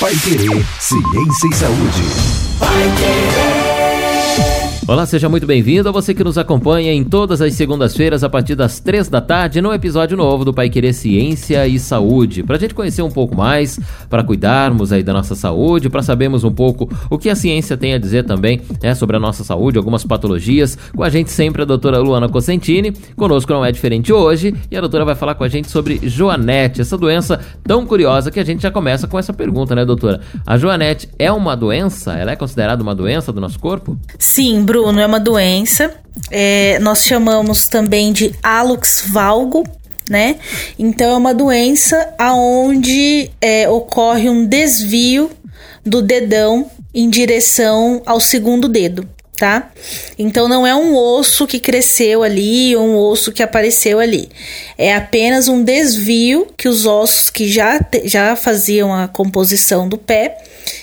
Paiquerê Ciência e Saúde. Paiquerê. Olá, seja muito bem-vindo a você que nos acompanha em todas as segundas-feiras a partir das 3 da tarde no episódio novo do Paiquerê Ciência e Saúde. Pra gente conhecer um pouco mais, para cuidarmos aí da nossa saúde, para sabermos um pouco o que a ciência tem a dizer também sobre a nossa saúde, algumas patologias. Com a gente sempre a doutora Luana Cosentini, conosco não é diferente hoje, e a doutora vai falar com a gente sobre Joanete, essa doença tão curiosa que a gente já começa com essa pergunta, né, doutora? A Joanete é uma doença? Ela é considerada uma doença do nosso corpo? Sim, Bruno, é uma doença, nós chamamos também de hallux valgus, né? Então é uma doença onde ocorre um desvio do dedão em direção ao segundo dedo, tá? Então não é um osso que cresceu ali ou um osso que apareceu ali, é apenas um desvio que os ossos que já faziam a composição do pé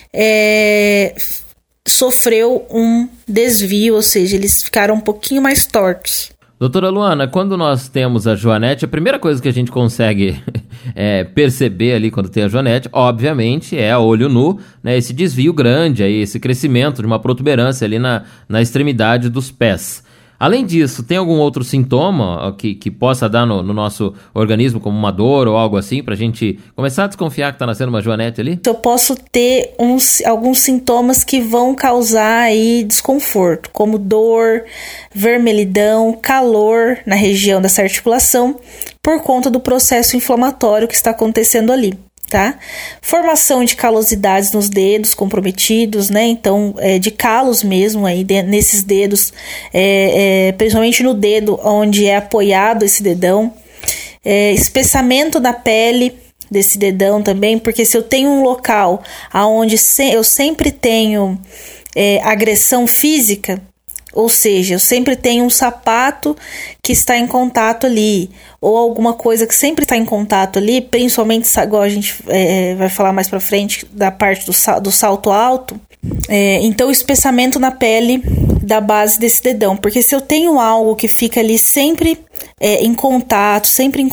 sofreu um desvio, ou seja, eles ficaram um pouquinho mais tortos. Doutora Luana, quando nós temos a Joanete, a primeira coisa que a gente consegue perceber ali quando tem a Joanete, obviamente, é a olho nu, né, esse desvio grande, aí, esse crescimento de uma protuberância ali na extremidade dos pés. Além disso, tem algum outro sintoma que possa dar no nosso organismo, como uma dor ou algo assim, pra gente começar a desconfiar que tá nascendo uma Joanete ali? Eu posso ter alguns sintomas que vão causar aí desconforto, como dor, vermelhidão, calor na região dessa articulação, por conta do processo inflamatório que está acontecendo ali. Tá? Formação de calosidades nos dedos comprometidos, né? Então, de calos mesmo aí nesses dedos, principalmente no dedo onde é apoiado esse dedão, espessamento da pele desse dedão também, porque se eu tenho um local onde eu sempre tenho agressão física, ou seja, eu sempre tenho um sapato que está em contato ali, ou alguma coisa que sempre está em contato ali, principalmente, igual a gente vai falar mais pra frente, da parte do salto alto. Então, o espessamento na pele da base desse dedão, porque se eu tenho algo que fica ali sempre em contato,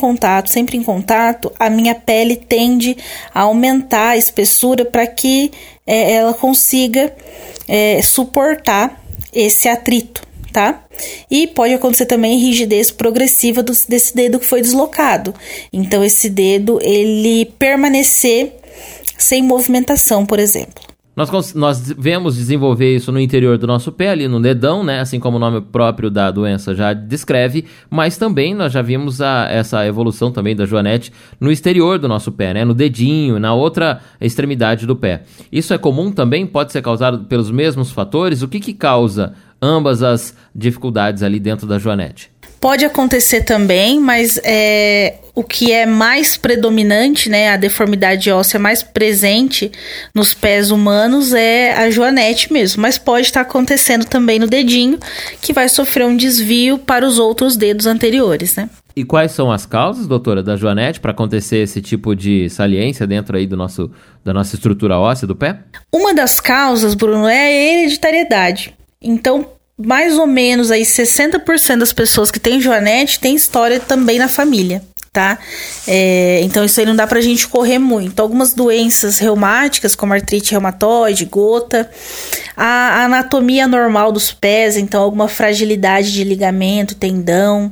a minha pele tende a aumentar a espessura para que ela consiga suportar esse atrito, tá? E pode acontecer também rigidez progressiva desse dedo que foi deslocado. Então, esse dedo, ele permanecer sem movimentação, por exemplo. Nós devemos desenvolver isso no interior do nosso pé, ali no dedão, né? Assim como o nome próprio da doença já descreve, mas também nós já vimos essa evolução também da Joanete no exterior do nosso pé, né? No dedinho, na outra extremidade do pé. Isso é comum também? Pode ser causado pelos mesmos fatores? O que causa ambas as dificuldades ali dentro da Joanete? Pode acontecer também, mas o que é mais predominante, né, a deformidade óssea mais presente nos pés humanos é a Joanete mesmo, mas pode estar acontecendo também no dedinho, que vai sofrer um desvio para os outros dedos anteriores, né? E quais são as causas, doutora, da Joanete para acontecer esse tipo de saliência dentro aí da nossa estrutura óssea do pé? Uma das causas, Bruno, é a hereditariedade. Então, mais ou menos aí 60% das pessoas que têm Joanete tem história também na família, tá? Então isso aí não dá pra gente correr muito. Algumas doenças reumáticas, como artrite reumatoide, gota, a anatomia normal dos pés, então alguma fragilidade de ligamento, tendão,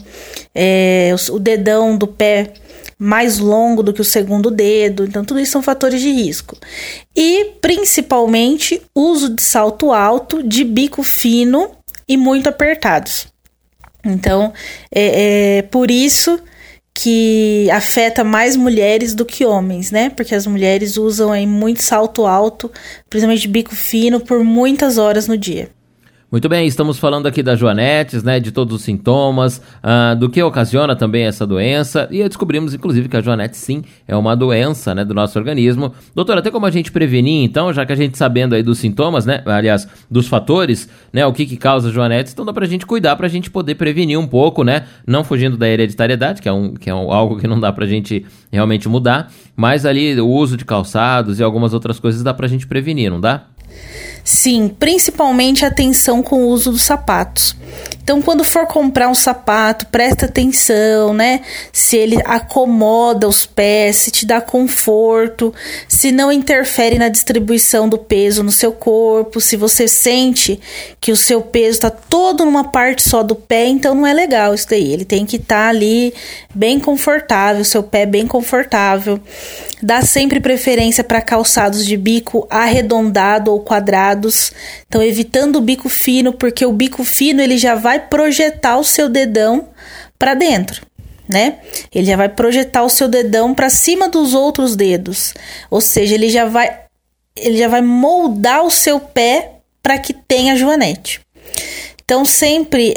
o dedão do pé mais longo do que o segundo dedo, então tudo isso são fatores de risco. E principalmente uso de salto alto, de bico fino e muito apertados. Então, por isso que afeta mais mulheres do que homens, né? Porque as mulheres usam aí muito salto alto, principalmente de bico fino, por muitas horas no dia. Muito bem, estamos falando aqui da Joanetes, né, de todos os sintomas, do que ocasiona também essa doença, e descobrimos, inclusive, que a Joanete, sim, é uma doença, né, do nosso organismo. Doutora, tem como a gente prevenir, então, já que a gente sabendo aí dos sintomas, né, aliás, dos fatores, né, o que causa Joanetes, então dá pra gente cuidar, pra gente poder prevenir um pouco, né, não fugindo da hereditariedade, que é algo que não dá pra gente realmente mudar, mas ali o uso de calçados e algumas outras coisas dá pra gente prevenir, não dá? Sim, principalmente atenção com o uso dos sapatos. Então, quando for comprar um sapato, presta atenção, né? Se ele acomoda os pés, se te dá conforto, se não interfere na distribuição do peso no seu corpo, se você sente que o seu peso está todo numa parte só do pé, então não é legal isso daí. Ele tem que estar ali bem confortável, seu pé bem confortável. Dá sempre preferência para calçados de bico arredondado ou quadrados. Então, evitando o bico fino, porque o bico fino ele já vai projetar o seu dedão para dentro, né? Ele já vai projetar o seu dedão para cima dos outros dedos. Ou seja, ele já vai moldar o seu pé para que tenha joanete. Então, sempre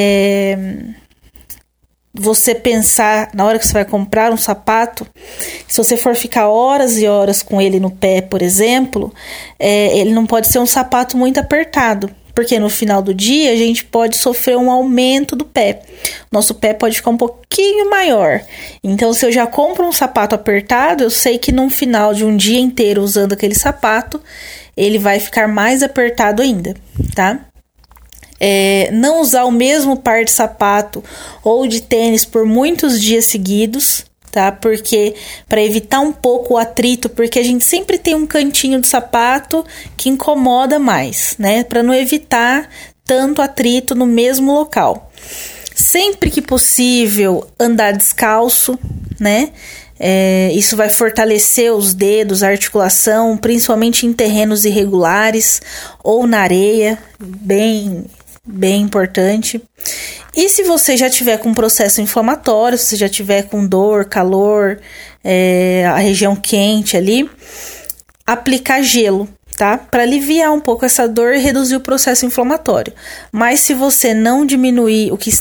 você pensar, na hora que você vai comprar um sapato, se você for ficar horas e horas com ele no pé, por exemplo, ele não pode ser um sapato muito apertado, porque no final do dia a gente pode sofrer um aumento do pé. Nosso pé pode ficar um pouquinho maior. Então, se eu já compro um sapato apertado, eu sei que no final de um dia inteiro usando aquele sapato, ele vai ficar mais apertado ainda, tá? Não usar o mesmo par de sapato ou de tênis por muitos dias seguidos, tá? Porque para evitar um pouco o atrito, porque a gente sempre tem um cantinho do sapato que incomoda mais, né? Para não evitar tanto atrito no mesmo local. Sempre que possível, andar descalço, né? Isso vai fortalecer os dedos, a articulação, principalmente em terrenos irregulares ou na areia, bem importante. E se você já tiver com processo inflamatório, se você já tiver com dor, calor, a região quente ali, aplicar gelo, tá? Para aliviar um pouco essa dor e reduzir o processo inflamatório. Mas se você não diminuir o que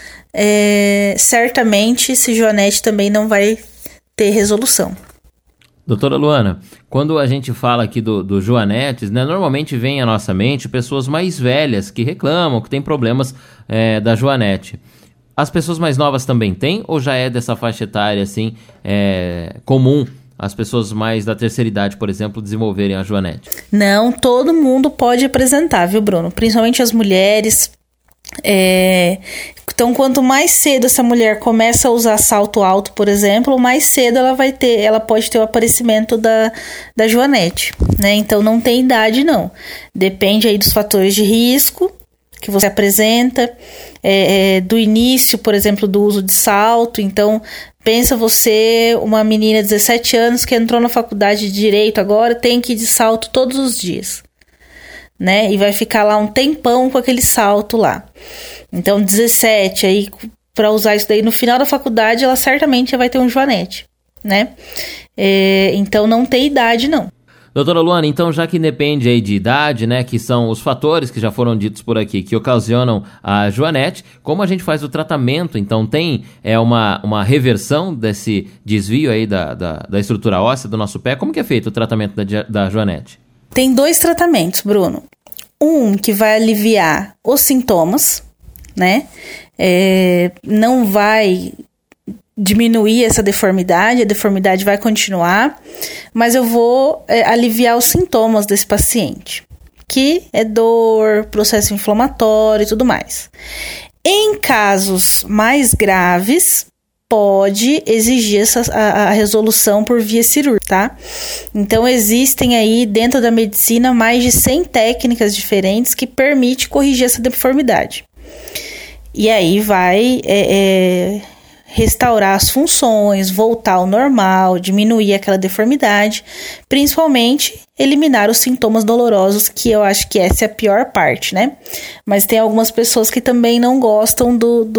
certamente esse joanete também não vai ter resolução. Doutora Luana, quando a gente fala aqui do joanetes, né, normalmente vem à nossa mente pessoas mais velhas que reclamam, que têm problemas da joanete. As pessoas mais novas também têm, ou já é dessa faixa etária assim, comum as pessoas mais da terceira idade, por exemplo, desenvolverem a joanete? Não, todo mundo pode apresentar, viu, Bruno? Principalmente as mulheres. Então, quanto mais cedo essa mulher começa a usar salto alto, por exemplo, mais cedo ela pode ter o aparecimento da joanete, né? Então, não tem idade, não. Depende aí dos fatores de risco que você apresenta, do início, por exemplo, do uso de salto. Então, pensa você, uma menina de 17 anos que entrou na faculdade de Direito agora, tem que ir de salto todos os dias, né? E vai ficar lá um tempão com aquele salto lá. Então, 17, aí, para usar isso daí no final da faculdade, ela certamente vai ter um joanete, né? Então, não tem idade, não. Doutora Luana, então, já que depende aí de idade, né, que são os fatores que já foram ditos por aqui, que ocasionam a joanete, como a gente faz o tratamento? Então, tem uma reversão desse desvio aí da estrutura óssea do nosso pé? Como que é feito o tratamento da joanete? Tem 2 tratamentos, Bruno. Um que vai aliviar os sintomas, né? Não vai diminuir essa deformidade, a deformidade vai continuar, mas eu vou aliviar os sintomas desse paciente, que é dor, processo inflamatório e tudo mais. Em casos mais graves, pode exigir a resolução por via cirúrgica, tá? Então, existem aí dentro da medicina mais de 100 técnicas diferentes que permitem corrigir essa deformidade. E aí vai restaurar as funções, voltar ao normal, diminuir aquela deformidade, principalmente eliminar os sintomas dolorosos, que eu acho que essa é a pior parte, né? Mas tem algumas pessoas que também não gostam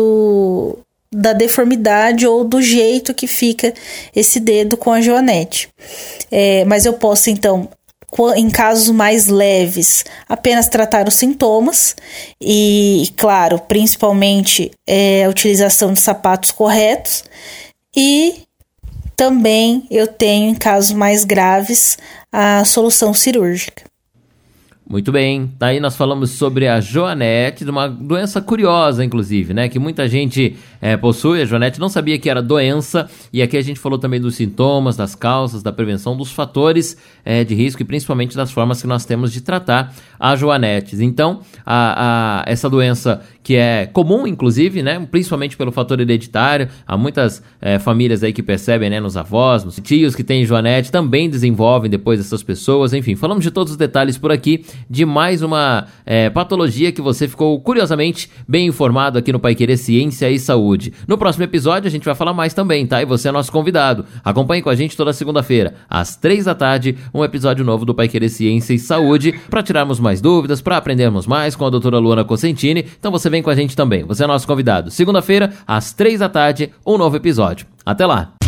da deformidade ou do jeito que fica esse dedo com a joanete. Mas eu posso, então, em casos mais leves, apenas tratar os sintomas e, claro, principalmente a utilização de sapatos corretos, e também eu tenho, em casos mais graves, a solução cirúrgica. Muito bem, daí nós falamos sobre a joanete, de uma doença curiosa, inclusive, né? Que muita gente possui. A Joanete não sabia que era doença, e aqui a gente falou também dos sintomas, das causas, da prevenção, dos fatores de risco e principalmente das formas que nós temos de tratar a Joanetes. Então, essa doença que é comum, inclusive, né, principalmente pelo fator hereditário, há muitas famílias aí que percebem, né, nos avós, nos tios que têm Joanete, também desenvolvem depois essas pessoas. Enfim, falamos de todos os detalhes por aqui, de mais uma patologia que você ficou curiosamente bem informado aqui no Pai Querer Ciência e Saúde. No próximo episódio a gente vai falar mais também, tá? E você é nosso convidado. Acompanhe com a gente toda segunda-feira, às 3h, um episódio novo do Pai Querer Ciência e Saúde, para tirarmos mais dúvidas, para aprendermos mais com a doutora Luana Cosentini. Então você vem com a gente também, você é nosso convidado. Segunda-feira, às 3h, um novo episódio. Até lá!